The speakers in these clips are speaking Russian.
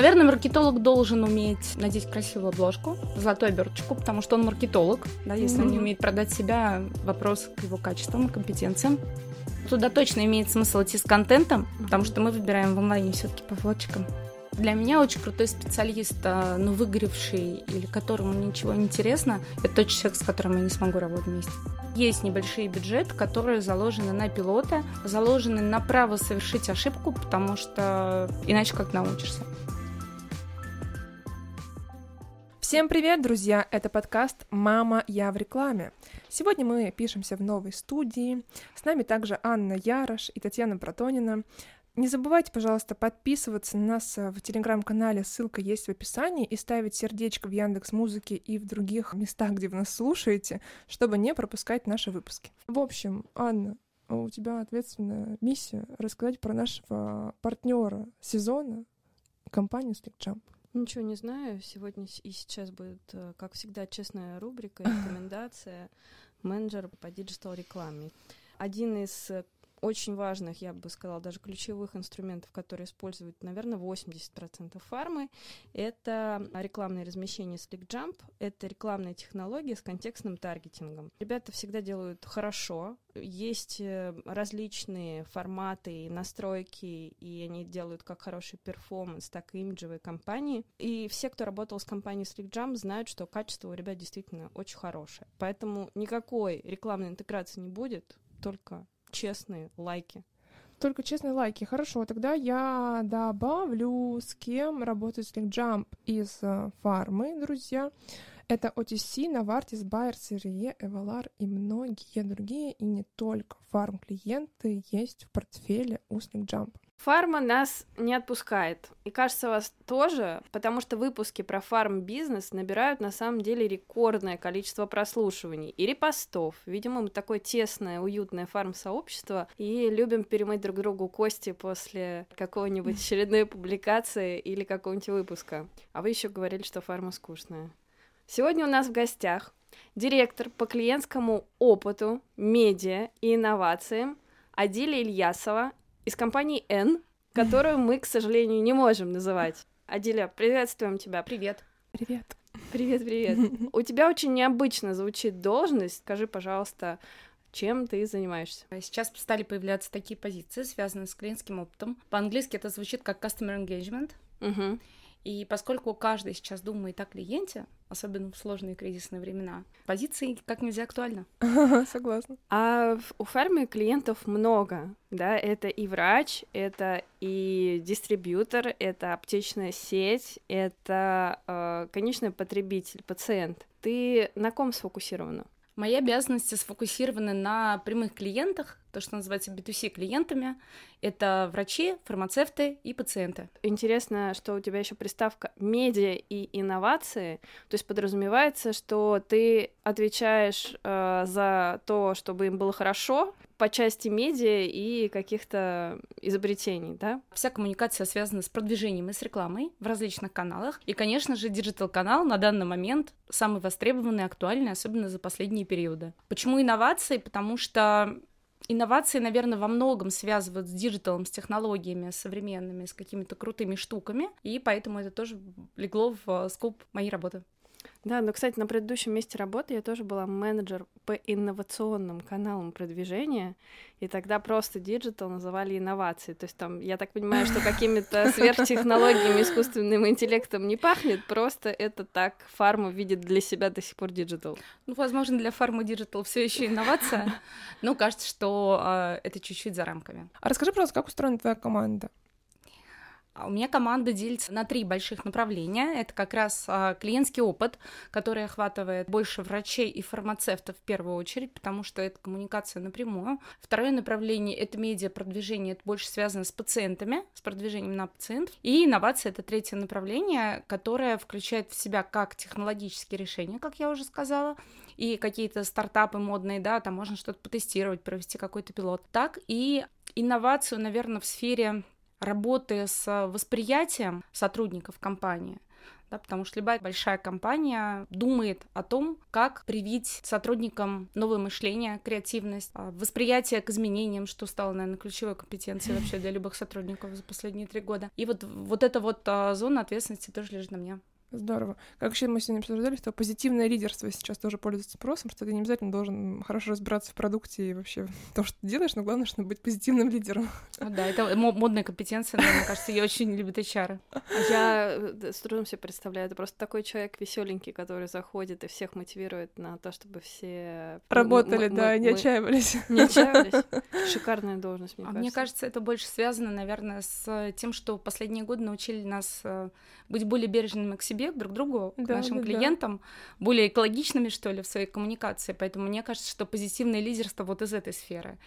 Наверное, маркетолог должен уметь надеть красивую обложку, золотую оберточку, потому что он маркетолог. Да, если он не умеет продать себя, вопрос к его качествам и компетенциям. Туда точно имеет смысл идти с контентом, потому что мы выбираем в онлайне все-таки по фоточкам. Для меня очень крутой специалист, но выгоревший или которому ничего не интересно, это тот человек, с которым я не смогу работать вместе. Есть небольшие бюджеты, которые заложены на пилота, заложены на право совершить ошибку, потому что иначе как научишься. Всем привет, друзья! Это подкаст «Мама, я в рекламе». Сегодня мы пишемся в новой студии. С нами также Анна Ярош и Татьяна Протонина. Не забывайте, пожалуйста, подписываться на нас в телеграм-канале, ссылка есть в описании, и ставить сердечко в Яндекс.Музыке и в других местах, где вы нас слушаете, чтобы не пропускать наши выпуски. В общем, Анна, у тебя ответственная миссия рассказать про нашего партнера сезона, компанию SlickJump. Ничего не знаю. Сегодня и сейчас будет, как всегда, честная рубрика, рекомендация менеджера по диджитал-рекламе. Один из очень важных, я бы сказала, даже ключевых инструментов, которые используют, наверное, 80% фармы, это рекламное размещение SlickJump, это рекламная технология с контекстным таргетингом. Ребята всегда делают хорошо, есть различные форматы и настройки, и они делают как хороший перформанс, так и имиджевые кампании. И все, кто работал с компанией SlickJump, знают, что качество у ребят действительно очень хорошее. Поэтому никакой рекламной интеграции не будет, только честные лайки. Только честные лайки. Хорошо, тогда я добавлю, с кем работает SlickJump из фармы, друзья. Это OTC, Novartis, Bayer, CRE, Evolar и многие другие, и не только фарм-клиенты есть в портфеле у SlickJump. Фарма нас не отпускает. И кажется, вас тоже, потому что выпуски про фарм-бизнес набирают на самом деле рекордное количество прослушиваний и репостов. Видимо, мы такое тесное, уютное фарм-сообщество и любим перемыть друг другу кости после какой-нибудь очередной публикации или какого-нибудь выпуска. А вы еще говорили, что фарма скучная. Сегодня у нас в гостях директор по клиентскому опыту, медиа и инновациям Адиля Ильясова из компании N, которую мы, к сожалению, не можем называть. Адиля, приветствуем тебя. Привет. Привет. Привет. У тебя очень необычно звучит должность. Скажи, пожалуйста, чем ты занимаешься? Сейчас стали появляться такие позиции, связанные с клиентским опытом. По-английски это звучит как Customer Engagement. Угу. И поскольку каждый сейчас думает о клиенте, особенно в сложные кризисные времена, позиции как нельзя актуальны. Согласна. А у фармы клиентов много, да, это и врач, это и дистрибьютор, это аптечная сеть, это конечный потребитель, пациент. Ты на ком сфокусирована? Мои обязанности сфокусированы на прямых клиентах, то, что называется B2C клиентами. Это врачи, фармацевты и пациенты. Интересно, что у тебя еще приставка медиа и инновации, то есть подразумевается, что ты отвечаешь за то, чтобы им было хорошо по части медиа и каких-то изобретений, да? Вся коммуникация связана с продвижением и с рекламой в различных каналах. И, конечно же, диджитал-канал на данный момент самый востребованный и актуальный, особенно за последние периоды. Почему инновации? Потому что инновации, наверное, во многом связывают с диджиталом, с технологиями современными, с какими-то крутыми штуками, и поэтому это тоже легло в скоп моей работы. Да, но, кстати, на предыдущем месте работы я тоже была менеджер по инновационным каналам продвижения, и тогда просто диджитал называли инновации. То есть там, я так понимаю, что какими-то сверхтехнологиями, искусственным интеллектом не пахнет, просто это так фарма видит для себя до сих пор диджитал. Ну, возможно, для фармы диджитал все еще инновация, но кажется, что это чуть-чуть за рамками. А расскажи, пожалуйста, как устроена твоя команда? У меня команда делится на 3 больших направления. Это как раз клиентский опыт, который охватывает больше врачей и фармацевтов в первую очередь, потому что это коммуникация напрямую. Второе направление — это медиапродвижение, это больше связано с пациентами, с продвижением на пациентов. И инновация — это третье направление, которое включает в себя как технологические решения, как я уже сказала, и какие-то стартапы модные, да, там можно что-то потестировать, провести какой-то пилот, так и инновацию, наверное, в сфере работы с восприятием сотрудников компании. Да, потому что любая большая компания думает о том, как привить сотрудникам новое мышление, креативность, восприятие к изменениям, что стало, наверное, ключевой компетенцией вообще для любых сотрудников за последние 3 года. И вот эта вот зона ответственности тоже лежит на мне. Здорово. Как вообще мы сегодня обсуждали, что позитивное лидерство сейчас тоже пользуется спросом, что ты не обязательно должен хорошо разбираться в продукте и вообще в том, что ты делаешь, но главное, чтобы быть позитивным лидером. Да, это модная компетенция, но, мне кажется, ее очень любят HR. Я с трудом себе представляю, это просто такой человек веселенький, который заходит и всех мотивирует на то, чтобы все... Работали, да, не отчаивались. Не отчаивались. Шикарная должность, мне кажется. Мне кажется, это больше связано, наверное, с тем, что последние годы научили нас быть более бережными к себе, друг к другу, к нашим клиентам, более экологичными, что ли, в своей коммуникации. Поэтому мне кажется, что позитивное лидерство вот из этой сферы.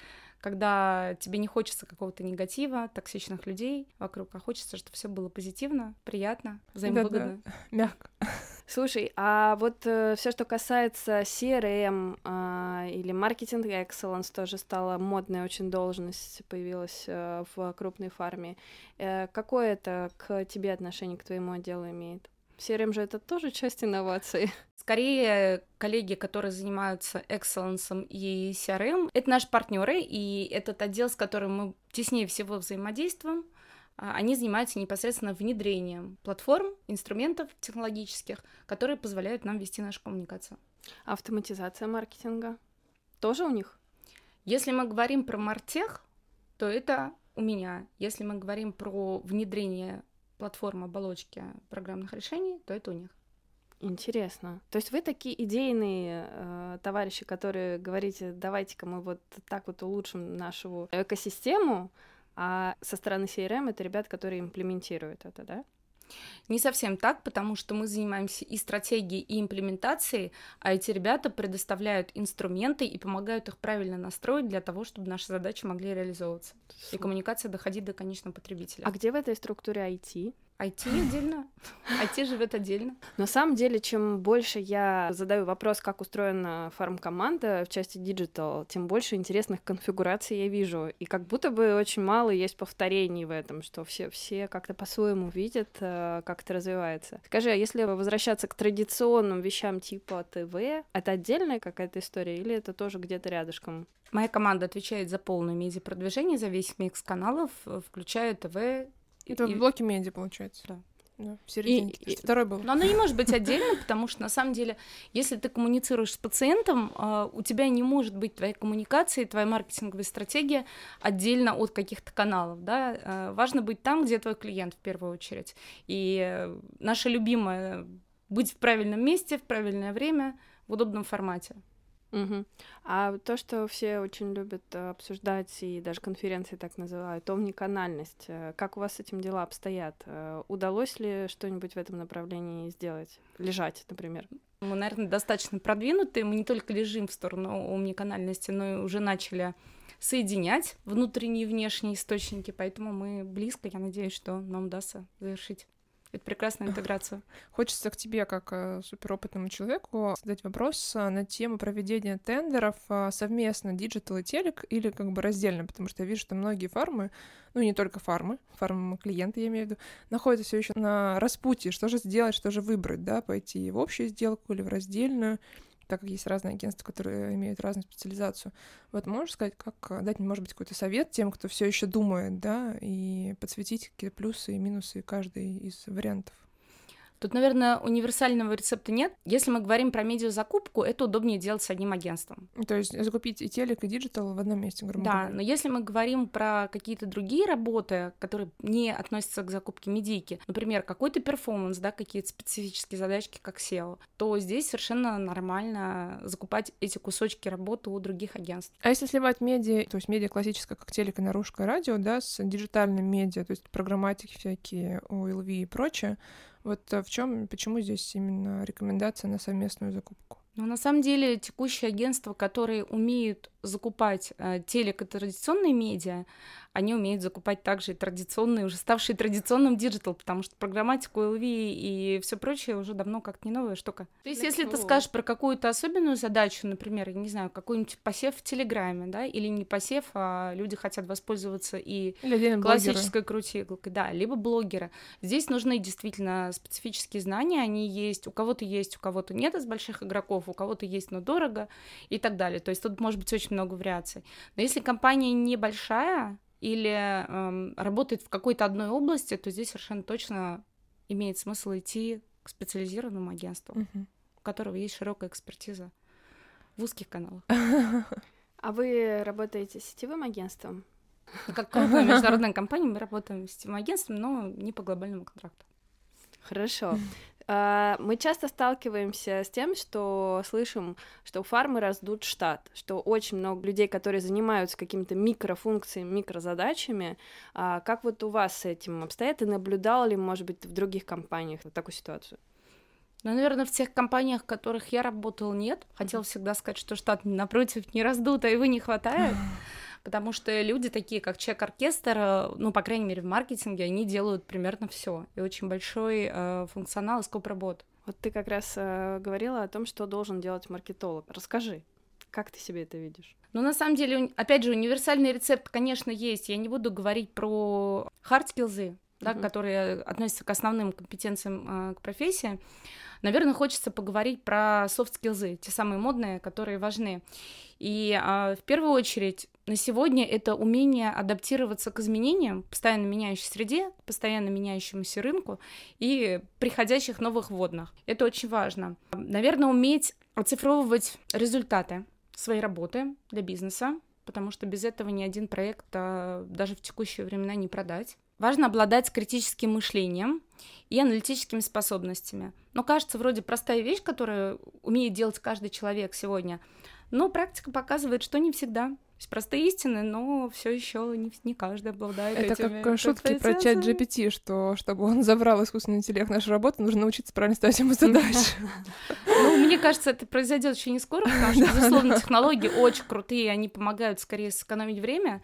Когда тебе не хочется какого-то негатива, токсичных людей вокруг, а хочется, чтобы все было позитивно, приятно, взаимовыгодно. Да, мягко. Слушай, а вот все, что касается CRM или маркетинг excellence, тоже стала модная очень должность, появилась в крупной фарме. Какое это к тебе отношение, к твоему отделу имеет? CRM же это тоже часть инноваций. Скорее, коллеги, которые занимаются Excellence и CRM, это наши партнеры, и этот отдел, с которым мы теснее всего взаимодействуем, они занимаются непосредственно внедрением платформ, инструментов технологических, которые позволяют нам вести нашу коммуникацию. Автоматизация маркетинга тоже у них? Если мы говорим про мартех, то это у меня. Если мы говорим про внедрение платформ оболочки программных решений, то это у них. Интересно. То есть вы такие идейные товарищи, которые говорите, давайте-ка мы вот так вот улучшим нашу экосистему, а со стороны CRM это ребят, которые имплементируют это, да? Не совсем так, потому что мы занимаемся и стратегией, и имплементацией, а эти ребята предоставляют инструменты и помогают их правильно настроить для того, чтобы наши задачи могли реализовываться. И коммуникация доходить до конечного потребителя. А где в этой структуре IT? IT отдельно, IT живет отдельно. На самом деле, чем больше я задаю вопрос, как устроена фармкоманда в части диджитал, тем больше интересных конфигураций я вижу. И как будто бы очень мало есть повторений в этом, что все как-то по-своему видят, как это развивается. Скажи, а если возвращаться к традиционным вещам типа ТВ, это отдельная какая-то история или это тоже где-то рядышком? Моя команда отвечает за полное медиапродвижение, за весь микс каналов, включая ТВ. Это в блоке медиа, получается. Да. В середине. Второй был. Но оно не может быть отдельно, потому что, на самом деле, если ты коммуницируешь с пациентом, у тебя не может быть твоей коммуникации, твоя маркетинговая стратегия отдельно от каких-то каналов, да. Важно быть там, где твой клиент в первую очередь. И наша любимая — быть в правильном месте, в правильное время, в удобном формате. Угу. А то, что все очень любят обсуждать, и даже конференции так называют, омниканальность, как у вас с этим дела обстоят? Удалось ли что-нибудь в этом направлении сделать? Лежать, например? Мы, наверное, достаточно продвинутые, мы не только лежим в сторону омниканальности, но и уже начали соединять внутренние и внешние источники, поэтому мы близко, я надеюсь, что нам удастся завершить эту прекрасную интеграцию. Хочется к тебе, как суперопытному человеку, задать вопрос на тему проведения тендеров совместно диджитал и телек или как бы раздельно, потому что я вижу, что многие фармы, ну не только фармы клиенты, я имею в виду, находятся все еще на распутье, что же сделать, что же выбрать, да, пойти в общую сделку или в раздельную, так как есть разные агентства, которые имеют разную специализацию. Вот можешь сказать, как дать, может быть, какой-то совет тем, кто все еще думает, да, и подсветить какие-то плюсы и минусы каждой из вариантов? Тут, наверное, универсального рецепта нет. Если мы говорим про медиазакупку, это удобнее делать с одним агентством. То есть закупить и телек, и диджитал в одном месте, грубо говоря. Да, но если мы говорим про какие-то другие работы, которые не относятся к закупке медийки, например, какой-то перформанс, да, какие-то специфические задачки, как SEO, то здесь совершенно нормально закупать эти кусочки работы у других агентств. А если сливать медиа, то есть медиа классическое, как телек и наружка, радио, да, с диджитальным медиа, то есть программатики всякие, OLV и прочее, вот почему здесь именно рекомендация на совместную закупку? Но на самом деле текущие агентства, которые умеют закупать телек и традиционные медиа, они умеют закупать также и традиционные, уже ставшие традиционным диджитал, потому что программатику, LV и все прочее уже давно как-то не новая штука. То есть, если ты скажешь про какую-то особенную задачу, например, я не знаю, какой-нибудь посев в Телеграме, да, или не посев, а люди хотят воспользоваться и классической крутилкой, да, либо блогеры. Здесь нужны действительно специфические знания, они есть, у кого-то нет из больших игроков, у кого-то есть, но дорого и так далее. То есть тут может быть очень много вариаций. Но если компания небольшая или работает в какой-то одной области, то здесь совершенно точно имеет смысл идти к специализированному агентству, у которого есть широкая экспертиза в узких каналах. А вы работаете с сетевым агентством? Как крупная международная компания, мы работаем с сетевым агентством, но не по глобальному контракту. Хорошо. Мы часто сталкиваемся с тем, что слышим, что фармы раздут штат, что очень много людей, которые занимаются какими-то микрофункциями, микрозадачами. Как вот у вас с этим обстоит? И наблюдал ли, может быть, в других компаниях такую ситуацию? Ну, наверное, в тех компаниях, в которых я работала, нет. Хотела всегда сказать, что штат, напротив, не раздут, а его не хватает. Потому что люди такие, как чек-оркестр, ну, по крайней мере, в маркетинге, они делают примерно все и очень большой функционал и скоп работ. Вот ты как раз говорила о том, что должен делать маркетолог. Расскажи, как ты себе это видишь? Ну, на самом деле, опять же, универсальный рецепт, конечно, есть. Я не буду говорить про hard-skills'ы, да, которые относятся к основным компетенциям к профессии. Наверное, хочется поговорить про soft-skills'ы, те самые модные, которые важны. И в первую очередь на сегодня это умение адаптироваться к изменениям, постоянно меняющейся среде, постоянно меняющемуся рынку и приходящих новых вводных. Это очень важно. Наверное, уметь оцифровывать результаты своей работы для бизнеса, потому что без этого ни один проект даже в текущие времена не продать. Важно обладать критическим мышлением и аналитическими способностями. Но кажется, вроде простая вещь, которую умеет делать каждый человек сегодня, но практика показывает, что не всегда. То есть простые истины, но все еще не каждый обладает этими. Это как шутки про чат GPT, что чтобы он забрал искусственный интеллект нашу работу, нужно научиться правильно ставить ему задачи. Ну, мне кажется, это произойдет очень не скоро, потому что, безусловно, технологии очень крутые, они помогают скорее сэкономить время,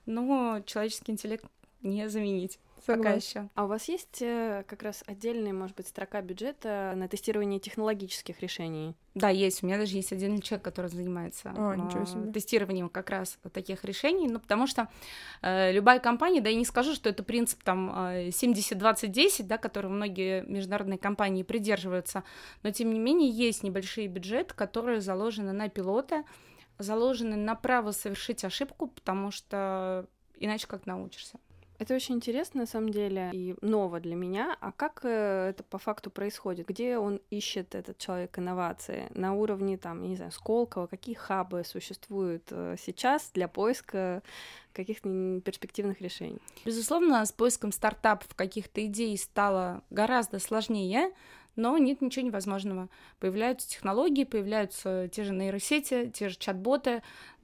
но человеческий интеллект не заменить. Пока еще. А у вас есть как раз отдельная, может быть, строка бюджета на тестирование технологических решений? Да, есть. У меня даже есть отдельный человек, который занимается тестированием как раз таких решений. Ну, потому что любая компания, да, я не скажу, что это принцип там 70-20-10, да, который многие международные компании придерживаются, но тем не менее есть небольшие бюджеты, которые заложены на пилоты, заложены на право совершить ошибку, потому что иначе как научишься. Это очень интересно, на самом деле, и ново для меня. А как это по факту происходит? Где он ищет, этот человек, инновации? На уровне, там, я не знаю, Сколково? Какие хабы существуют сейчас для поиска каких-то перспективных решений? Безусловно, с поиском стартапов каких-то идей стало гораздо сложнее, но нет ничего невозможного. Появляются технологии, появляются те же нейросети, те же чат-боты.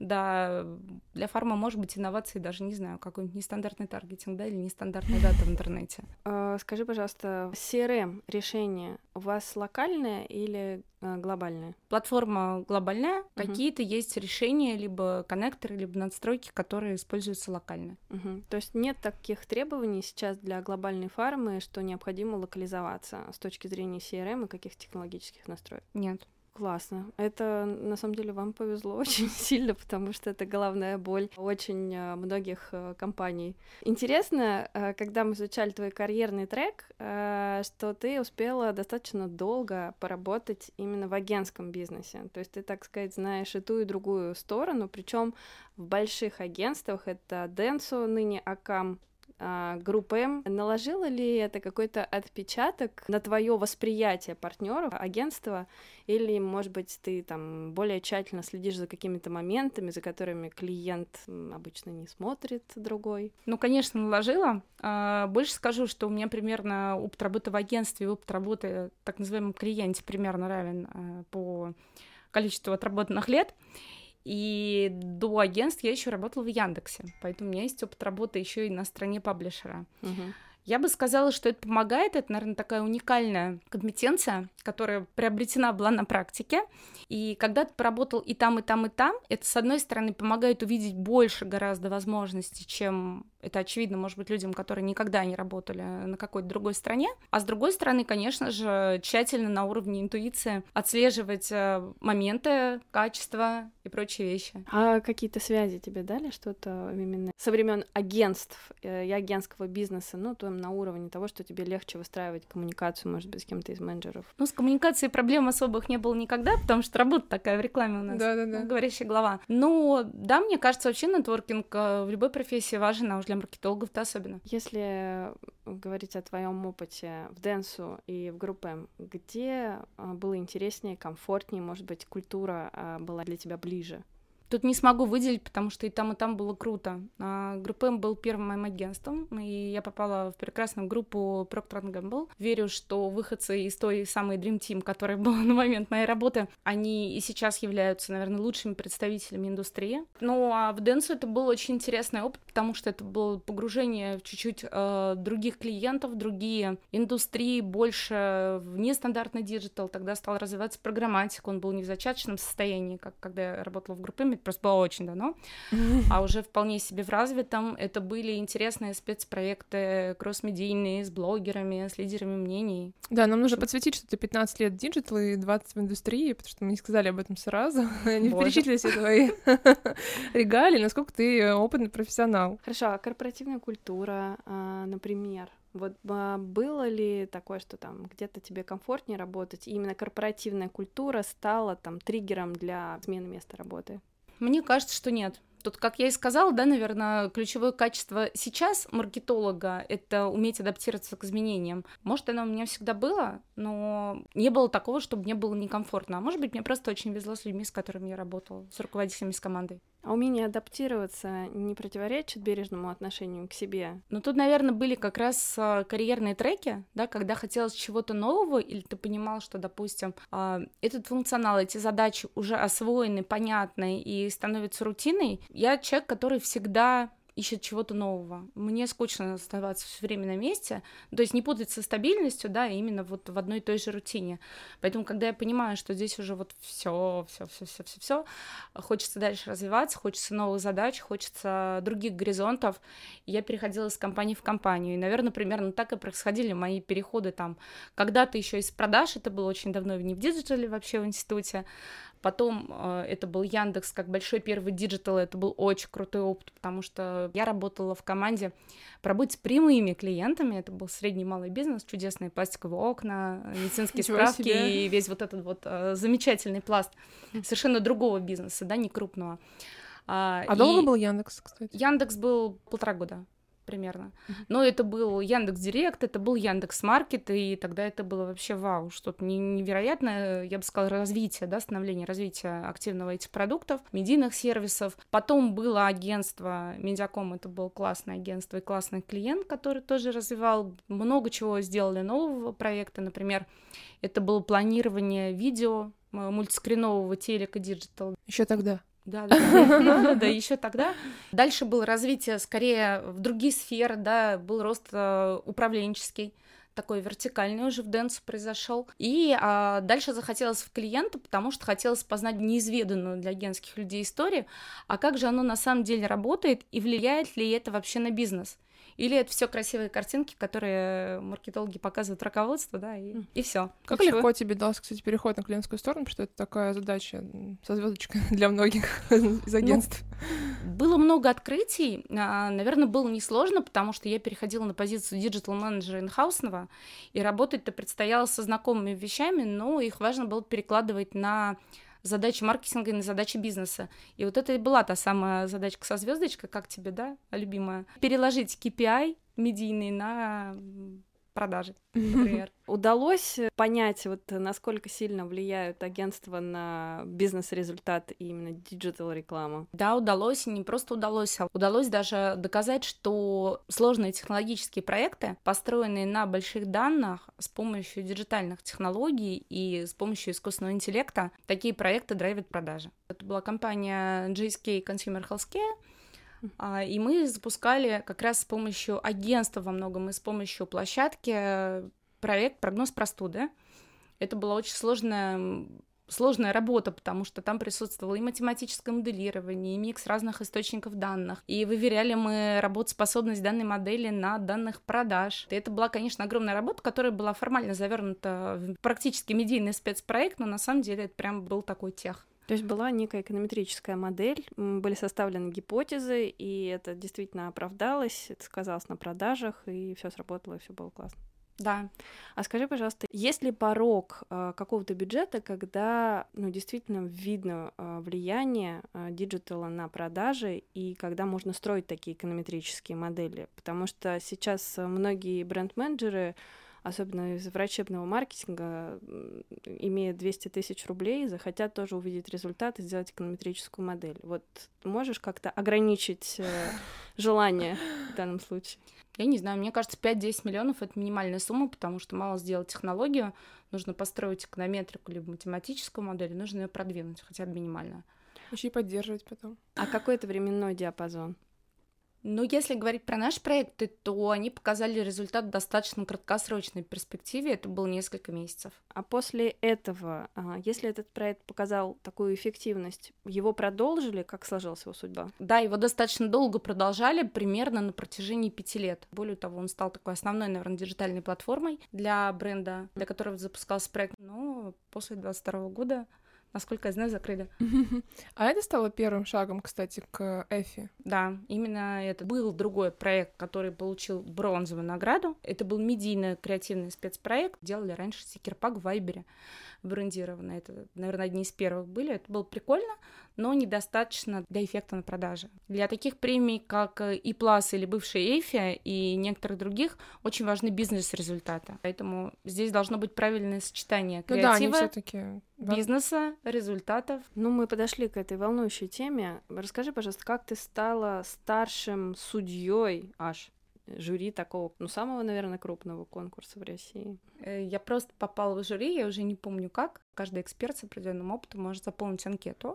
Да, для фарма может быть инновации, даже, не знаю, какой-нибудь нестандартный таргетинг, да, или нестандартная дата в интернете. Скажи, пожалуйста, CRM-решение у вас локальное или глобальное? Платформа глобальная, какие-то есть решения, либо коннекторы, либо надстройки, которые используются локально. То есть нет таких требований сейчас для глобальной фармы, что необходимо локализоваться с точки зрения CRM и каких технологических настроек? Нет. Классно. Это, на самом деле, вам повезло очень сильно, потому что это головная боль очень многих компаний. Интересно, когда мы изучали твой карьерный трек, что ты успела достаточно долго поработать именно в агентском бизнесе. То есть ты, так сказать, знаешь и ту, и другую сторону, причем в больших агентствах. Это Dentsu, ныне Акам, Группа М. Наложила ли это какой-то отпечаток на твое восприятие партнеров, агентства, или, может быть, ты там более тщательно следишь за какими-то моментами, за которыми клиент обычно не смотрит другой? Ну, конечно, наложила. Больше скажу, что у меня примерно опыт работы в агентстве и опыт работы в так называемом клиенте примерно равен по количеству отработанных лет. И до агентств я еще работала в Яндексе, поэтому у меня есть опыт работы еще и на стороне паблишера. Я бы сказала, что это помогает, это, наверное, такая уникальная компетенция, которая приобретена была на практике, и когда ты поработал и там, и там, и там, это, с одной стороны, помогает увидеть больше гораздо возможностей, чем это очевидно, может быть, людям, которые никогда не работали на какой-то другой стране, а с другой стороны, конечно же, тщательно на уровне интуиции отслеживать моменты, качества и прочие вещи. А какие-то связи тебе дали что-то именно со времен агентств и агентского бизнеса, ну, то на уровне того, что тебе легче выстраивать коммуникацию, может быть, с кем-то из менеджеров? Ну, с коммуникацией проблем особых не было никогда, потому что работа такая в рекламе у нас. Да-да-да. Говорящая голова. Но, да, мне кажется, вообще нетворкинг в любой профессии важен, а уж для маркетологов-то особенно. Если говорить о твоем опыте в Dentsu и в Group M, где было интереснее, комфортнее, может быть, культура была для тебя ближе? Тут не смогу выделить, потому что и там было круто. Group M был первым моим агентством, и я попала в прекрасную группу Procter & Gamble. Верю, что выходцы из той самой Dream Team, которая была на момент моей работы, они и сейчас являются, наверное, лучшими представителями индустрии. Ну, а в Dentsu это был очень интересный опыт, потому что это было погружение в чуть-чуть других клиентов, другие индустрии, больше в нестандартный диджитал. Тогда стал развиваться программатик, он был не в зачаточном состоянии, как когда я работала в Group M, просто было очень давно, а уже вполне себе в развитом. Это были интересные спецпроекты кросс-медийные, с блогерами, с лидерами мнений. Да, нам нужно подсветить, что ты 15 лет диджитал и 20 в индустрии, потому что мы не сказали об этом сразу. Не перечислили все твои регалии, насколько ты опытный профессионал. Хорошо, а корпоративная культура, например, вот было ли такое, что там где-то тебе комфортнее работать, и именно корпоративная культура стала там триггером для смены места работы? Мне кажется, что нет. Тут, как я и сказала, да, наверное, ключевое качество сейчас маркетолога — это уметь адаптироваться к изменениям. Может, оно у меня всегда было, но не было такого, чтобы мне было некомфортно. А может быть, мне просто очень везло с людьми, с которыми я работала, с руководителями, с командой. А умение адаптироваться не противоречит бережному отношению к себе? Ну, тут, наверное, были как раз карьерные треки, да, когда хотелось чего-то нового, или ты понимал, что, допустим, этот функционал, эти задачи уже освоены, понятны и становятся рутиной. Я человек, который всегда ищет чего-то нового. Мне скучно оставаться все время на месте, то есть не путать со стабильностью, да, именно вот в одной и той же рутине. Поэтому, когда я понимаю, что здесь уже вот все, хочется дальше развиваться, хочется новых задач, хочется других горизонтов, я переходила из компании в компанию. И, наверное, примерно так и происходили мои переходы там. Когда-то еще из продаж, это было очень давно, не в диджитале вообще в институте. Потом это был Яндекс, как большой первый диджитал, это был очень крутой опыт, потому что я работала в команде по работе с прямыми клиентами, это был средний и малый бизнес, чудесные пластиковые окна, медицинские справки и весь вот этот вот замечательный пласт совершенно другого бизнеса, да, не крупного. Долго был Яндекс, кстати? Яндекс был 1,5 года. Примерно. Но это был Яндекс.Директ, это был Яндекс.Маркет, и тогда это было вообще вау, что-то невероятное, я бы сказала, развитие, да, становление, развитие активного этих продуктов, медийных сервисов. Потом было агентство Медиаком, это было классное агентство и классный клиент, который тоже развивал, много чего сделали нового проекта, например, это было планирование видео, мультискринового телека диджитал. Еще тогда. Да, еще тогда. Дальше было развитие скорее в другие сферы, да, был рост управленческий, такой вертикальный уже в Dentsu произошел. И дальше захотелось в клиента, потому что хотелось познать неизведанную для агентских людей историю, а как же оно на самом деле работает и влияет ли это вообще на бизнес. Или это все красивые картинки, которые маркетологи показывают руководству, да, и все. Как легко тебе дался, кстати, переход на клиентскую сторону, потому что это такая задача со звездочкой для многих из агентств. Было много открытий, наверное, было несложно, потому что я переходила на позицию диджитал-менеджера инхаусного, и работать-то предстояло со знакомыми вещами, но их важно было перекладывать на задачи маркетинга и на задачи бизнеса. И вот это и была та самая задачка со звездочкой, как тебе, да, любимая? Переложить KPI медийный на продажи, например. Удалось понять, вот насколько сильно влияют агентства на бизнес-результат и именно диджитал-рекламу? Да, удалось, и не просто удалось, а удалось даже доказать, что сложные технологические проекты, построенные на больших данных с помощью диджитальных технологий и с помощью искусственного интеллекта, такие проекты драйвят продажи. Это была компания GSK Consumer Healthcare, И мы запускали как раз с помощью агентства во многом и с помощью площадки проект «Прогноз простуды». Это была очень сложная работа, потому что там присутствовало и математическое моделирование, и микс разных источников данных. И выверяли мы работоспособность данной модели на данных продаж. И это была, конечно, огромная работа, которая была формально завернута в практически медийный спецпроект, но на самом деле это прям был такой тех. То есть была некая эконометрическая модель, были составлены гипотезы, и это действительно оправдалось, это сказалось на продажах, и все сработало, и все было классно. Да. А скажи, пожалуйста, есть ли порог какого-то бюджета, когда действительно видно влияние диджитала на продажи и когда можно строить такие эконометрические модели? Потому что сейчас многие бренд-менеджеры, особенно из врачебного маркетинга, имея 200 тысяч рублей, захотят тоже увидеть результат и сделать эконометрическую модель. Вот можешь как-то ограничить желание в данном случае? Я не знаю, мне кажется, 5-10 миллионов — это минимальная сумма, потому что мало сделать технологию, нужно построить эконометрику либо математическую модель, нужно ее продвинуть, хотя бы минимально. Еще и поддерживать потом. А какой это временной диапазон? Но если говорить про наши проекты, то они показали результат в достаточно краткосрочной перспективе, это было несколько месяцев. А после этого, если этот проект показал такую эффективность, его продолжили? Как сложилась его судьба? Да, его достаточно долго продолжали, примерно на протяжении 5 лет. Более того, он стал такой основной, наверное, диджитальной платформой для бренда, для которого запускался проект. Но после 2022 года, насколько я знаю, закрыли. А это стало первым шагом, кстати, к Эфи? Да, именно это. Был другой проект, который получил бронзовую награду. Это был медийный креативный спецпроект. Делали раньше стикер-пак в Вайбере брендированный. Это, наверное, одни из первых были. Это было прикольно, но недостаточно для эффекта на продаже. Для таких премий, как и Plus или бывший Эфи и некоторых других, очень важны бизнес-результаты. Поэтому здесь должно быть правильное сочетание креатива, бизнеса, результатов. Мы подошли к этой волнующей теме. Расскажи, пожалуйста, как ты стала старшим судьей жюри такого, самого, наверное, крупного конкурса в России? Я просто попала в жюри, я уже не помню как. Каждый эксперт с определенным опытом может заполнить анкету,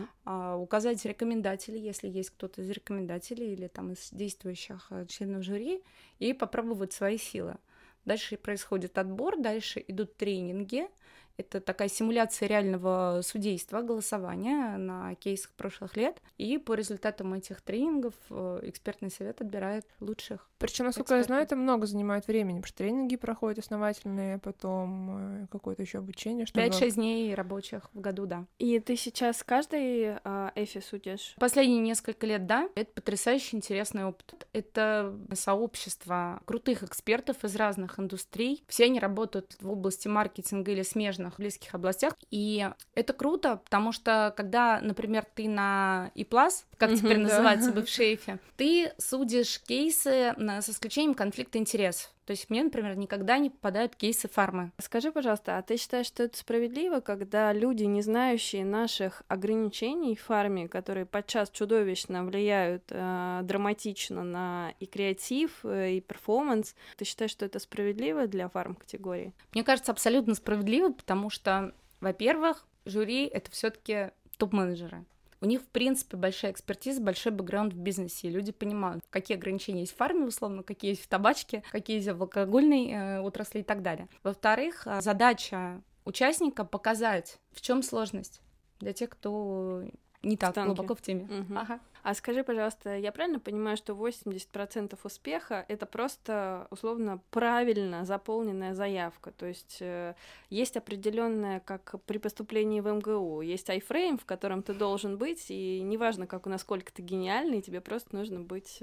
указать рекомендателей, если есть кто-то из рекомендателей или там из действующих членов жюри, и попробовать свои силы. Дальше происходит отбор, дальше идут тренинги. Это такая симуляция реального судейства, голосования на кейсах прошлых лет. И по результатам этих тренингов экспертный совет отбирает лучших. Причем, насколько я знаю, это много занимает времени, потому что тренинги проходят основательные, потом какое-то еще обучение. 5-6 дней рабочих в году, да. И ты сейчас каждый Эфи судишь? Последние несколько лет, да. Это потрясающе интересный опыт. Это сообщество крутых экспертов из разных индустрий. Все они работают в области маркетинга или смежных близких областях. И это круто, потому что когда, например, ты на E+, как теперь называется бывший Эфи, ты судишь кейсы с исключением конфликта интересов. То есть мне, например, никогда не попадают кейсы фармы. Скажи, пожалуйста, а ты считаешь, что это справедливо, когда люди, не знающие наших ограничений в фарме, которые подчас чудовищно влияют драматично на и креатив, и перформанс, ты считаешь, что это справедливо для фарм-категории? Мне кажется, абсолютно справедливо, потому что, во-первых, жюри — это все-таки топ-менеджеры. У них, в принципе, большая экспертиза, большой бэкграунд в бизнесе, и люди понимают, какие ограничения есть в фарме, условно, какие есть в табачке, какие есть в алкогольной отрасли и так далее. Во-вторых, задача участника — показать, в чем сложность для тех, кто не так глубоко в теме. Ага. А скажи, пожалуйста, я правильно понимаю, что 80% успеха — это просто, условно, правильно заполненная заявка? То есть есть определенная, как при поступлении в МГУ, есть айфрейм, в котором ты должен быть, и неважно, насколько ты гениальный, тебе просто нужно быть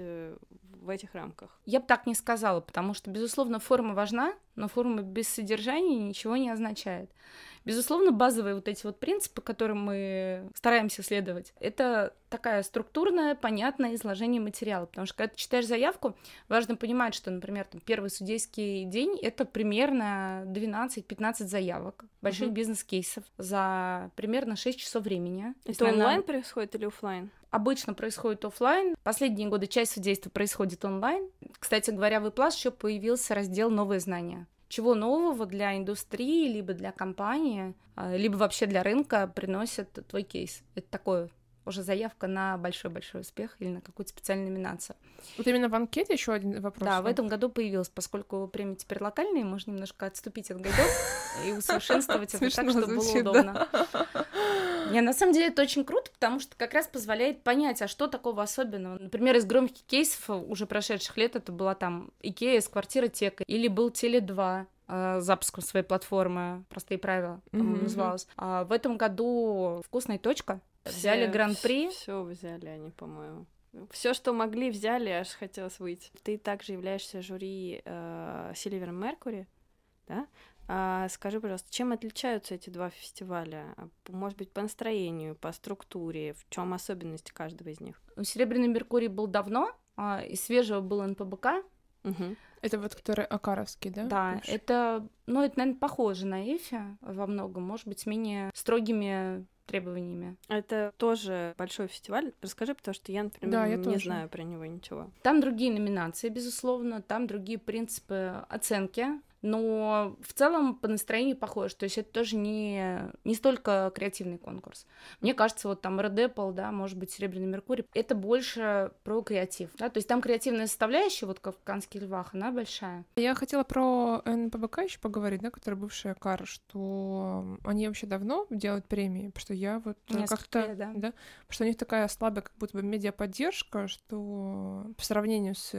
в этих рамках. Я бы так не сказала, потому что, безусловно, форма важна, но форма без содержания ничего не означает. Безусловно, базовые вот эти вот принципы, которым мы стараемся следовать, это такая структурная, понятное изложение материала, потому что когда ты читаешь заявку, важно понимать, что, например, там, первый судейский день — это примерно 12-15 заявок, больших бизнес-кейсов за примерно 6 часов времени. Это онлайн происходит или офлайн? Обычно происходит офлайн. Последние годы часть судейства происходит онлайн. Кстати говоря, в E+ еще появился раздел «Новые знания». Чего нового для индустрии, либо для компании, либо вообще для рынка приносит твой кейс? Это такое уже заявка на большой-большой успех или на какую-то специальную номинацию. Вот именно в анкете еще один вопрос. Да, в этом году появилась, поскольку премии теперь локальные, можно немножко отступить от гайдов и усовершенствовать это так, чтобы было удобно. На самом деле это очень круто, потому что как раз позволяет понять, а что такого особенного. Например, из громких кейсов уже прошедших лет это была там Икея с Квартиротекой, или был Теле2 с запуском своей платформы «Простые правила», по-моему, называлась. А в этом году «Вкусная точка» взяли гран-при. Все взяли они, по-моему. Все, что могли, взяли, аж хотелось выйти. Ты также являешься жюри Silver Mercury, да? Скажи, пожалуйста, чем отличаются эти два фестиваля? Может быть, по настроению, по структуре, в чем особенности каждого из них? Серебряный Меркурий был давно, и свежего был НПБК. Угу. Это вот который Акаровский, да? Да, бывший? это, наверное, похоже на Эфи во многом, может быть, с менее строгими требованиями. Это тоже большой фестиваль. Расскажи, потому что я, например, Да, я не тоже знаю про него ничего. Там другие номинации, безусловно, там другие принципы оценки, но в целом по настроению похоже, то есть это тоже не столько креативный конкурс. Мне кажется, вот там Red Apple, да, может быть, Серебряный Меркурий, это больше про креатив, да, то есть там креативная составляющая, вот как в «Каннских львах», она большая. Я хотела про НПБК еще поговорить, да, который бывший Акар, что они вообще давно делают премии, потому что я вот как-то... лет, да. Да, потому что у них такая слабая как будто бы медиаподдержка, что по сравнению с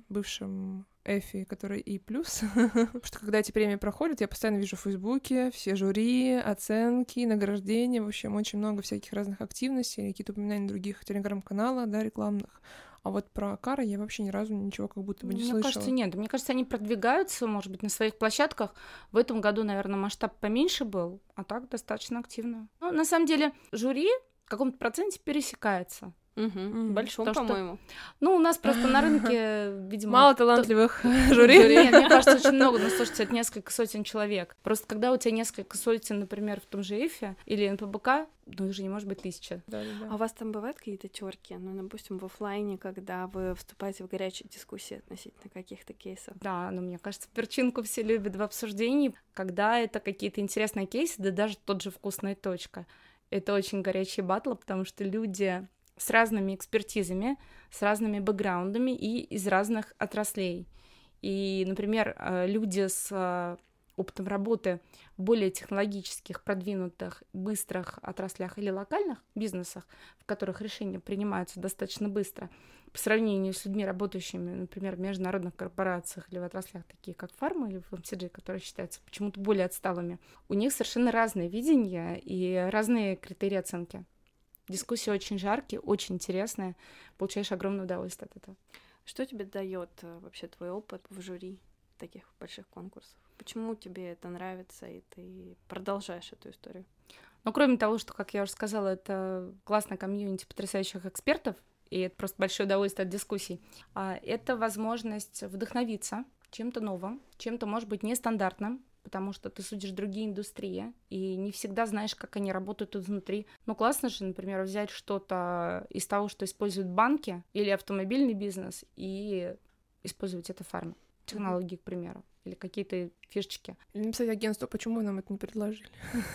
бывшим Эфи, который И+, потому что когда эти премии проходят, я постоянно вижу в Фейсбуке все жюри, оценки, награждения, в общем, очень много всяких разных активностей, какие-то упоминания других телеграм-каналов, да, рекламных. А вот про Акара я вообще ни разу ничего как будто бы не слышала. Мне кажется, нет. Мне кажется, они продвигаются, может быть, на своих площадках. В этом году, наверное, масштаб поменьше был, а так достаточно активно. Ну, на самом деле, жюри в каком-то проценте пересекается. Большом, Потому по-моему. Ну, у нас просто на рынке, видимо... Мало талантливых жюри. Нет, мне кажется, очень много, но слушайте, это несколько сотен человек. Просто когда у тебя несколько сотен, например, в том же Эфе или НПБК, ну, их же не может быть 1000. Да. А у вас там бывают какие-то терки? Ну, допустим, в офлайне, когда вы вступаете в горячие дискуссии относительно каких-то кейсов? Да, но мне кажется, перчинку все любят в обсуждении, когда это какие-то интересные кейсы, да даже тот же «Вкусная точка». Это очень горячие батлы, потому что люди с разными экспертизами, с разными бэкграундами и из разных отраслей. И, например, люди с опытом работы в более технологических, продвинутых, быстрых отраслях или локальных бизнесах, в которых решения принимаются достаточно быстро, по сравнению с людьми, работающими, например, в международных корпорациях или в отраслях, такие как фарма или FMCG, которые считаются почему-то более отсталыми, у них совершенно разные видения и разные критерии оценки. Дискуссии очень жаркие, очень интересные, получаешь огромное удовольствие от этого. Что тебе дает вообще твой опыт в жюри таких больших конкурсов? Почему тебе это нравится, и ты продолжаешь эту историю? Ну, кроме того, что, как я уже сказала, это классная комьюнити потрясающих экспертов, и это просто большое удовольствие от дискуссий, это возможность вдохновиться чем-то новым, чем-то, может быть, нестандартным, потому что ты судишь другие индустрии, и не всегда знаешь, как они работают изнутри. Ну, классно же, например, взять что-то из того, что используют банки или автомобильный бизнес, и использовать это в фарме. Технологии, к примеру, или какие-то фишечки. Или написать агентству, почему вы нам это не предложили?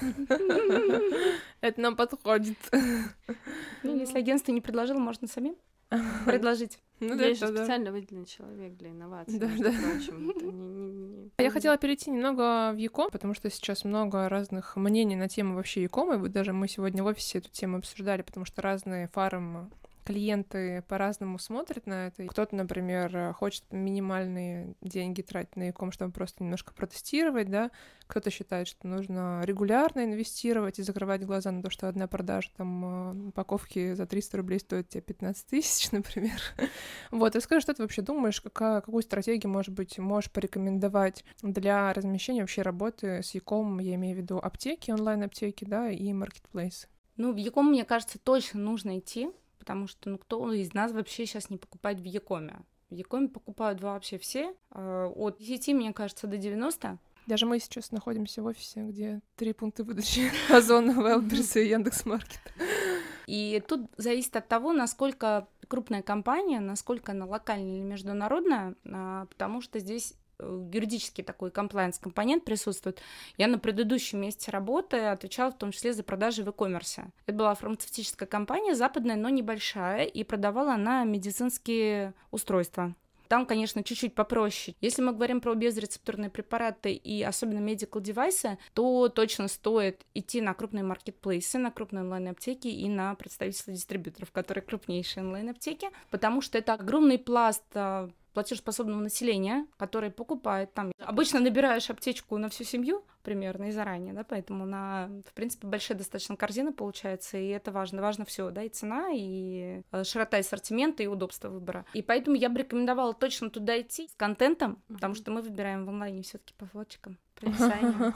Это нам подходит. Ну, если агентство не предложило, можно самим предложить. Ну, да, есть же специально выделенный человек для инноваций, между прочим. Это не... Я хотела перейти немного в e-com, потому что сейчас много разных мнений на тему вообще e-com, и вот даже мы сегодня в офисе эту тему обсуждали, потому что разные фарм клиенты по-разному смотрят на это. Кто-то, например, хочет минимальные деньги тратить на e-com, чтобы просто немножко протестировать, да. Кто-то считает, что нужно регулярно инвестировать и закрывать глаза на то, что одна продажа там упаковки за 300 рублей стоит тебе 15 тысяч, например. Вот, расскажи, что ты вообще думаешь, какую стратегию, может быть, можешь порекомендовать для размещения вообще работы с e-com, я имею в виду аптеки, онлайн-аптеки, да, и маркетплейсы? Ну, в e-com, мне кажется, точно нужно идти, потому что, кто из нас вообще сейчас не покупает в e-com? В e-com покупают вообще все, от 10, мне кажется, до 90. Даже мы сейчас находимся в офисе, где 3 пункта выдачи: Озон, Wildberries и Яндекс.Маркет. И тут зависит от того, насколько крупная компания, насколько она локальная или международная, потому что здесь юридический такой комплаенс-компонент присутствует. Я на предыдущем месте работы отвечала в том числе за продажи в e-commerce. Это была фармацевтическая компания, западная, но небольшая, и продавала она медицинские устройства. Там, конечно, чуть-чуть попроще. Если мы говорим про безрецептурные препараты и особенно medical девайсы, то точно стоит идти на крупные маркетплейсы, на крупные онлайн-аптеки и на представительства дистрибьюторов, которые крупнейшие онлайн-аптеки, потому что это огромный пласт платежеспособного населения, которое покупает там. Обычно набираешь аптечку на всю семью примерно и заранее, да, поэтому в принципе, большая достаточно корзина получается, и это важно. Важно все, да, и цена, и широта ассортимента, и удобство выбора. И поэтому я бы рекомендовала точно туда идти с контентом, потому что мы выбираем в онлайне все-таки по фоточкам, по описанию.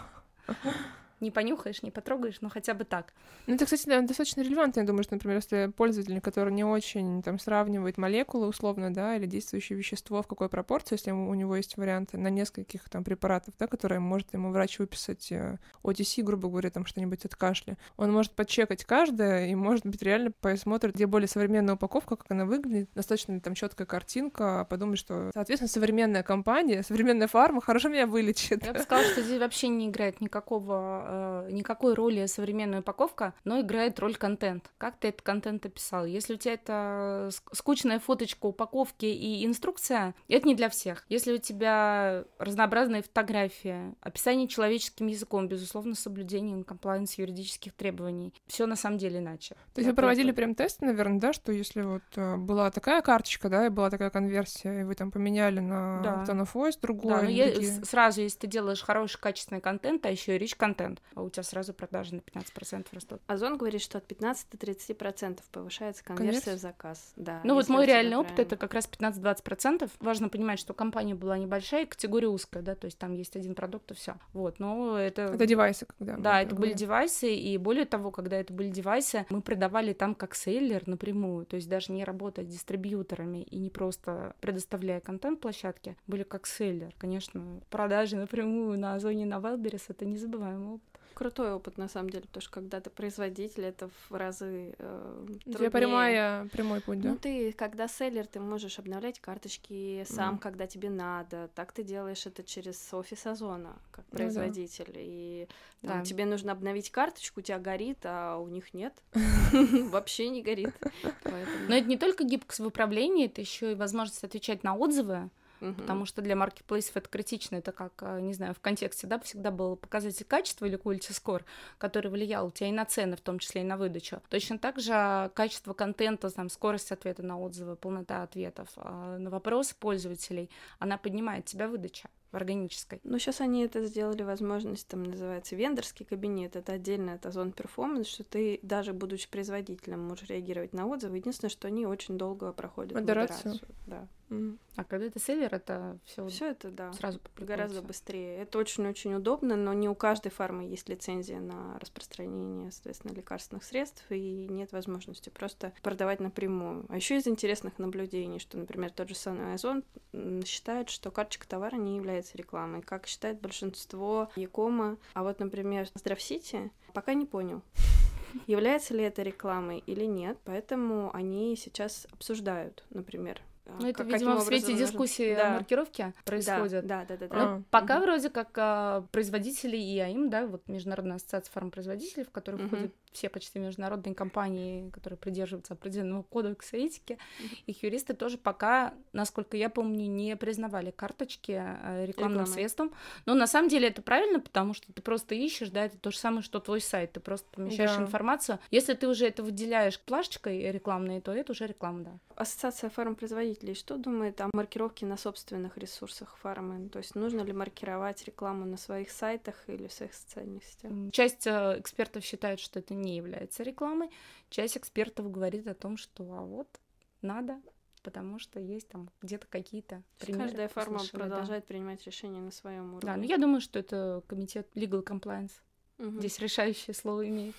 Не понюхаешь, не потрогаешь, но хотя бы так. Ну, это, кстати, да, достаточно релевантно, я думаю, что, например, если пользователь, который не очень там сравнивает молекулы условно, да, или действующее вещество, в какой пропорции, если у него есть варианты на нескольких там препаратов, да, которые может ему врач выписать OTC, грубо говоря, там что-нибудь от кашля, он может подчекать каждое и, может быть, реально посмотрит, где более современная упаковка, как она выглядит, достаточно там четкая картинка, подумает, что, соответственно, современная компания, современная фарма хорошо меня вылечит. Я бы сказала, что здесь вообще не играет никакой роли современная упаковка, но играет роль контент. Как ты этот контент описал? Если у тебя это скучная фоточка упаковки и инструкция, это не для всех. Если у тебя разнообразные фотографии, описание человеческим языком, безусловно, с соблюдением комплаенс юридических требований, все на самом деле иначе. То есть вы проводили прям тесты, наверное, да, что если вот была такая карточка, да, и была такая конверсия, и вы там поменяли на Tone of Voice другой. Да, но сразу, если ты делаешь хороший, качественный контент, а еще и rich контент, у тебя сразу продажи на 15% растут. Озон говорит, что от 15 до 30% повышается конверсия в заказ. Да, ну вот мой реальный опыт — это как раз 15-20%. Важно понимать, что компания была небольшая, категория узкая, да, то есть там есть один продукт и все. Вот, но это... Это девайсы, когда... Да, это были девайсы, и более того, когда это были девайсы, мы продавали там как селлер напрямую, то есть даже не работая с дистрибьюторами и не просто предоставляя контент площадке, были как селлер. Конечно, продажи напрямую на Озоне, на Wildberries — это незабываемый опыт. Крутой опыт, на самом деле, потому что когда ты производитель, это в разы труднее. Прямой путь, да? Ну, ты, когда селлер, ты можешь обновлять карточки сам, когда тебе надо. Так ты делаешь это через офис Озона, как производитель. И там, тебе нужно обновить карточку, у тебя горит, а у них нет. Вообще не горит. Но это не только гибкость в управлении, это еще и возможность отвечать на отзывы. Потому что для маркетплейсов это критично, это как, не знаю, в контексте, да, всегда был показатель качества или quality score, который влиял у тебя и на цены, в том числе и на выдачу. Точно так же качество контента, там, скорость ответа на отзывы, полнота ответов на вопросы пользователей, она поднимает тебя выдача органической. Ну, сейчас они это сделали, возможность, там называется вендорский кабинет, это отдельно от Озон Performance, что ты, даже будучи производителем, можешь реагировать на отзывы. Единственное, что они очень долго проходят модерацию. Да. А когда это селлер, это все это, да, сразу гораздо быстрее. Это очень-очень удобно, но не у каждой фармы есть лицензия на распространение, соответственно, лекарственных средств, и нет возможности просто продавать напрямую. А еще из интересных наблюдений, что, например, тот же самый Озон считает, что карточка товара не является рекламой, как считает большинство Якома. А вот, например, Здравсити пока не понял, является ли это рекламой или нет, поэтому они сейчас обсуждают, например. Ну, это, видимо, в свете дискуссии о маркировке происходит. Да. Пока вроде как производители и АИМ, да, вот Международная ассоциация фармпроизводителей, в которую входят все почти международные компании, которые придерживаются определенного кодекса этики, их юристы тоже пока, насколько я помню, не признавали карточки рекламным средством. Но на самом деле это правильно, потому что ты просто ищешь, да, это то же самое, что твой сайт, ты просто помещаешь информацию. Если ты уже это выделяешь плашечкой рекламной, то это уже реклама, да. Ассоциация фармпроизводителей что думает о маркировке на собственных ресурсах фармы? То есть нужно ли маркировать рекламу на своих сайтах или в своих социальных сетях? Часть экспертов считает, что это не является рекламой, часть экспертов говорит о том, что вот надо, потому что есть там где-то какие-то примеры. Каждая фарма продолжает принимать решения на своем уровне. Да, но я думаю, что это комитет Legal Compliance здесь решающее слово имеет.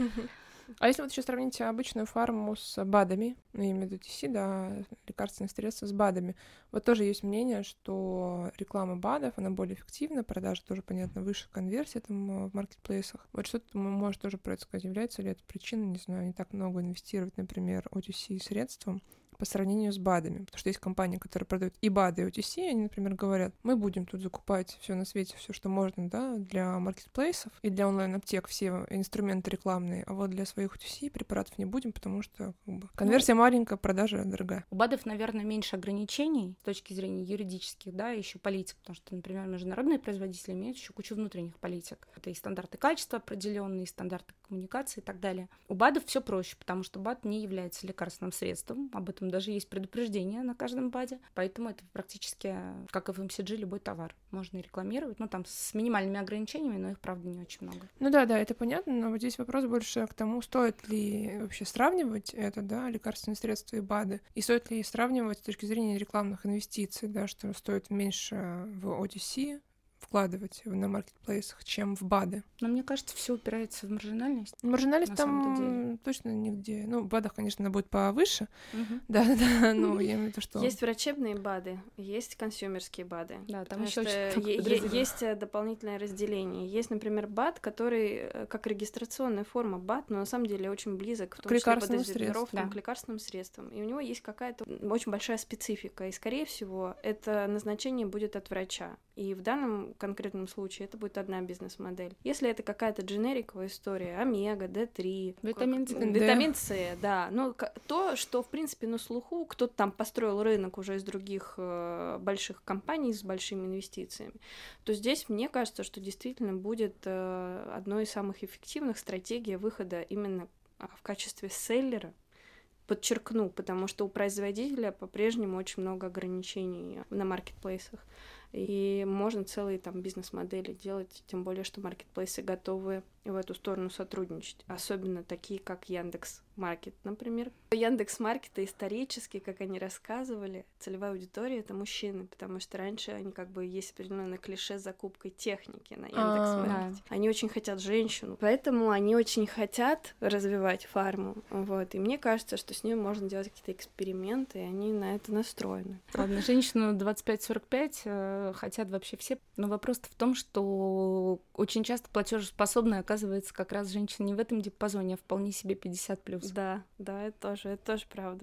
А если вот еще сравнить обычную фарму с БАДами, ну, я имею в виду TC, да, лекарственные средства с БАДами, вот тоже есть мнение, что реклама БАДов, она более эффективна, продажи тоже, понятно, выше конверсии там в маркетплейсах. Вот что ты можешь тоже про это сказать? Является ли это причиной, не знаю, не так много инвестировать, например, OTC средствам по сравнению с БАДами. Потому что есть компании, которые продают и БАДы, и OTC, и они, например, говорят, мы будем тут закупать все на свете, все, что можно, да, для маркетплейсов и для онлайн-аптек, все инструменты рекламные, а вот для своих OTC препаратов не будем, потому что конверсия маленькая, продажа дорогая. У БАДов, наверное, меньше ограничений с точки зрения юридических, да, еще политик, потому что, например, международные производители имеют еще кучу внутренних политик. Это и стандарты качества определенные, и стандарты коммуникации и так далее. У БАДов все проще, потому что БАД не является лекарственным средством, об этом даже есть предупреждение на каждом БАДе, поэтому это практически, как и в МСГ, любой товар можно и рекламировать, там с минимальными ограничениями, но их, правда, не очень много. Да, это понятно, но вот здесь вопрос больше к тому, стоит ли вообще сравнивать это, да, лекарственные средства и БАДы, и стоит ли сравнивать с точки зрения рекламных инвестиций, да, что стоит меньше в OTC вкладывать на маркетплейсах, чем в БАДы. Но мне кажется, все упирается в маржинальность. Маржинальность там точно нигде. В БАДах, конечно, она будет повыше. Да, но я имею в виду, что... Есть врачебные БАДы, есть консюмерские БАДы. Да, там еще есть дополнительное разделение. Есть, например, БАД, который как регистрационная форма БАД, но на самом деле очень близок в том числе по дозировкам к лекарственным средствам. И у него есть какая-то очень большая специфика. И, скорее всего, это назначение будет от врача. И в данном конкретном случае это будет одна бизнес-модель. Если это какая-то дженериковая история, омега, D3, витамин С, да, то, что, в принципе, на слуху, кто-то там построил рынок уже из других больших компаний с большими инвестициями, то здесь мне кажется, что действительно будет одной из самых эффективных стратегий выхода именно в качестве селлера. Подчеркну, потому что у производителя по-прежнему очень много ограничений на маркетплейсах. И можно целые там бизнес-модели делать, тем более, что маркетплейсы готовы в эту сторону сотрудничать. Особенно такие, как Яндекс.Маркет, например. Яндекс.Маркета исторически, как они рассказывали, целевая аудитория — это мужчины, потому что раньше они есть определенное клише с закупкой техники на Яндекс.Маркете. Они очень хотят женщину, поэтому они очень хотят развивать фарму. И мне кажется, что с ними можно делать какие-то эксперименты, и они на это настроены. Ладно, женщину 25-45 хотят вообще все, но вопрос в том, что очень часто платежеспособная оказывается как раз женщина не в этом диапазоне, а вполне себе 50+. Да, это тоже правда.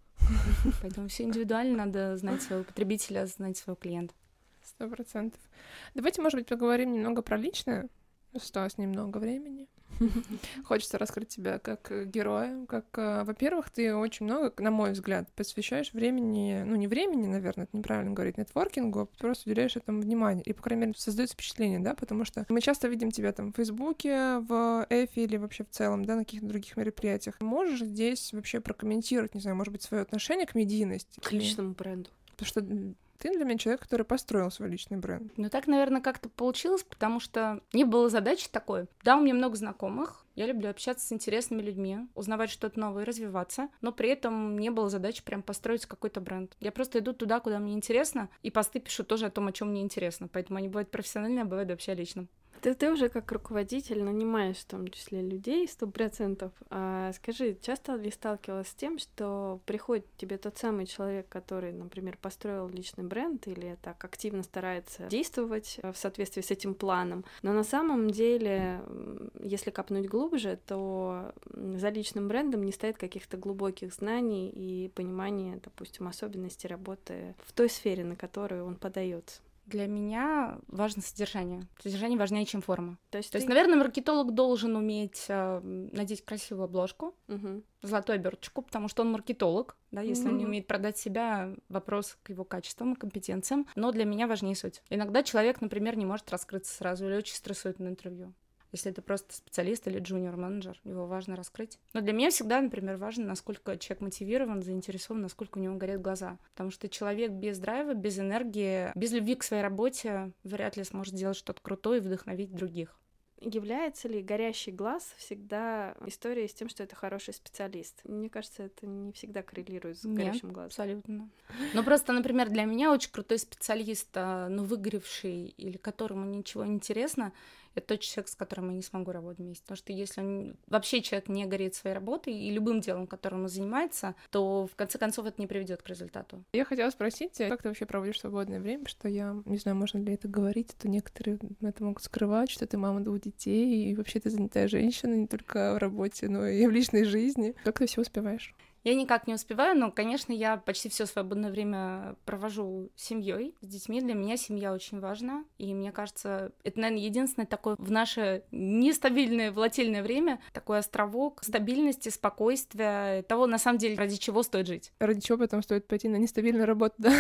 Поэтому все индивидуально, надо знать своего потребителя, знать своего клиента. 100%. Давайте, может быть, поговорим немного про личное. Осталось немного времени. Хочется раскрыть тебя как героя, во-первых, ты очень много, на мой взгляд, посвящаешь времени, не времени, наверное, это неправильно говорить, нетворкингу, а просто уделяешь этому внимание. И, по крайней мере, создается впечатление, да, потому что мы часто видим тебя там в Фейсбуке, в Эфе или вообще в целом, да, на каких-то других мероприятиях. Можешь здесь вообще прокомментировать, не знаю, может быть, свое отношение к медийности? К личному бренду. Потому что ты для меня человек, который построил свой личный бренд. Так, наверное, как-то получилось, потому что мне было задача такой. Да, у меня много знакомых, я люблю общаться с интересными людьми, узнавать что-то новое, развиваться, но при этом не было задачи прям построить какой-то бренд. Я просто иду туда, куда мне интересно, и посты пишу тоже о том, о чем мне интересно. Поэтому они бывают профессиональные, а бывают вообще личным. Ты уже как руководитель нанимаешь в том числе людей 100%. Скажи, часто ли сталкивалась с тем, что приходит тебе тот самый человек, который, например, построил личный бренд или так активно старается действовать в соответствии с этим планом, но на самом деле, если копнуть глубже, то за личным брендом не стоит каких-то глубоких знаний и понимания, допустим, особенностей работы в той сфере, на которую он подается. Для меня важно содержание. Содержание важнее, чем форма. То есть, наверное, маркетолог должен уметь надеть красивую обложку, золотую оберточку, потому что он маркетолог. Да, если он не умеет продать себя, вопрос к его качествам и компетенциям. Но для меня важнее суть. Иногда человек, например, не может раскрыться сразу или очень стрессует на интервью. Если это просто специалист или джуниор-менеджер, его важно раскрыть. Но для меня всегда, например, важно, насколько человек мотивирован, заинтересован, насколько у него горят глаза. Потому что человек без драйва, без энергии, без любви к своей работе вряд ли сможет сделать что-то крутое и вдохновить других. Является ли горящий глаз всегда историей с тем, что это хороший специалист? Мне кажется, это не всегда коррелирует с горящим глазом. Абсолютно. Но просто, например, для меня очень крутой специалист, но выгоревший или которому ничего не интересно, это тот человек, с которым я не смогу работать вместе. Потому что если вообще человек не горит своей работой и любым делом, которым он занимается, то в конце концов это не приведет к результату. Я хотела спросить, как ты вообще проводишь свободное время? Что я не знаю, можно ли это говорить, а то некоторые это могут скрывать, что ты мама 2 детей, и вообще ты занятая женщина не только в работе, но и в личной жизни. Как ты все успеваешь? Я никак не успеваю, но, конечно, я почти все свободное время провожу с семьей, с детьми. Для меня семья очень важна, и мне кажется, это, наверное, единственное такое в наше нестабильное, волатильное время такой островок стабильности, спокойствия, того, на самом деле, ради чего стоит жить. Ради чего потом стоит пойти на нестабильную работу, да?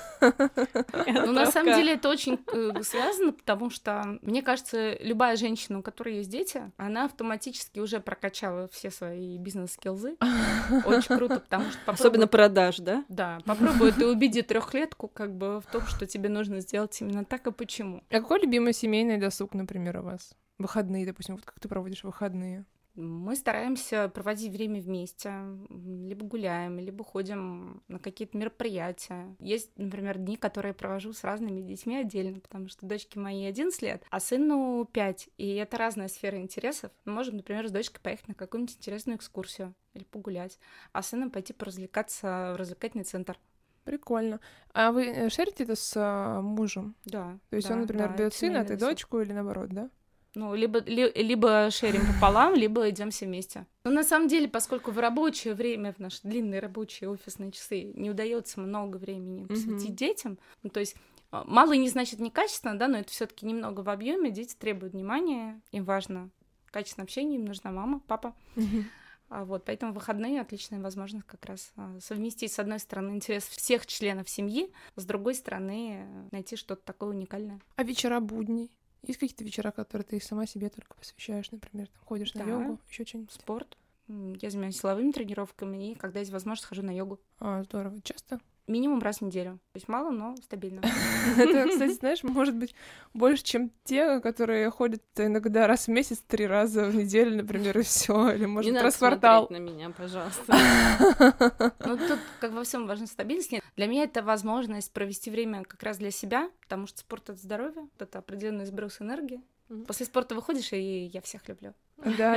Ну, на самом деле, это очень связано, потому что, мне кажется, любая женщина, у которой есть дети, она автоматически уже прокачала все свои бизнес-скиллзы. Очень круто, потому что... Особенно продаж, да? Да, попробуй ты убеди трехлетку как бы в том, что тебе нужно сделать именно так, и почему. А какой любимый семейный досуг, например, у вас? Выходные, допустим, вот как ты проводишь выходные? Мы стараемся проводить время вместе, либо гуляем, либо ходим на какие-то мероприятия. Есть, например, дни, которые я провожу с разными детьми отдельно, потому что дочке моей 11 лет, а сыну 5, и это разная сфера интересов. Мы можем, например, с дочкой поехать на какую-нибудь интересную экскурсию или погулять, а с сыном пойти поразвлекаться в развлекательный центр. Прикольно. А вы шерите это с мужем? Да. То есть он, например, берет сына, а ты дочку или наоборот, да? Ну, либо шерим пополам, либо идем все вместе. Но на самом деле, поскольку в рабочее время, в наши длинные рабочие офисные часы, не удается много времени посвятить детям, ну, то есть мало не значит некачественно, да, но это все-таки немного в объеме. Дети требуют внимания, им важно качественное общение, им нужна мама, папа. Вот, поэтому выходные — отличная возможность как раз совместить, с одной стороны, интерес всех членов семьи, с другой стороны, найти что-то такое уникальное. А вечера будней? Есть какие-то вечера, которые ты сама себе только посвящаешь, например, там, ходишь на йогу, еще что-нибудь? Спорт. Я занимаюсь силовыми тренировками, и когда есть возможность, хожу на йогу. Здорово. Часто? Минимум раз в неделю. То есть мало, но стабильно. Это, кстати, знаешь, может быть больше, чем те, которые ходят иногда раз в месяц, 3 раза в неделю, например, и все, или, может, раз в квартал. Не надо смотреть на меня, пожалуйста. Ну, тут, как во всем, важна стабильность. Нет, для меня это возможность провести время как раз для себя, потому что спорт — это здоровье, это определенный сброс энергии. После спорта выходишь, и я всех люблю. Да.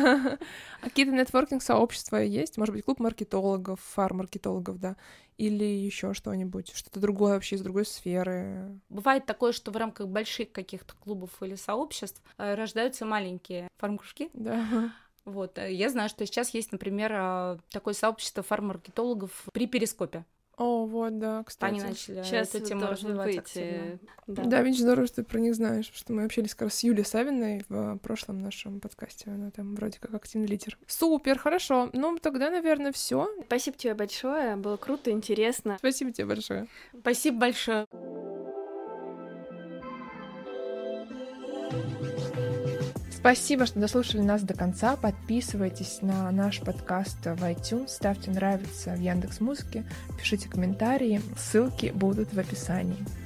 А какие-то нетворкинг-сообщества есть? Может быть, клуб маркетологов, фарм-маркетологов, да? Или еще что-нибудь, что-то другое вообще из другой сферы? Бывает такое, что в рамках больших каких-то клубов или сообществ рождаются маленькие фарм-кружки. Да. Вот. Я знаю, что сейчас есть, например, такое сообщество фарм-маркетологов при Перископе. О, вот, да, кстати. Они начали сейчас эту тему развивать активно. Да, ведь здорово, что ты про них знаешь, потому что мы общались как раз с Юлией Савиной в прошлом нашем подкасте, она там вроде как активный лидер. Супер, хорошо, ну тогда, наверное, все. Спасибо тебе большое, было круто, интересно. Спасибо тебе большое. Спасибо большое. Спасибо, что дослушали нас до конца. Подписывайтесь на наш подкаст в iTunes, ставьте нравится в Яндекс.Музыке, пишите комментарии, ссылки будут в описании.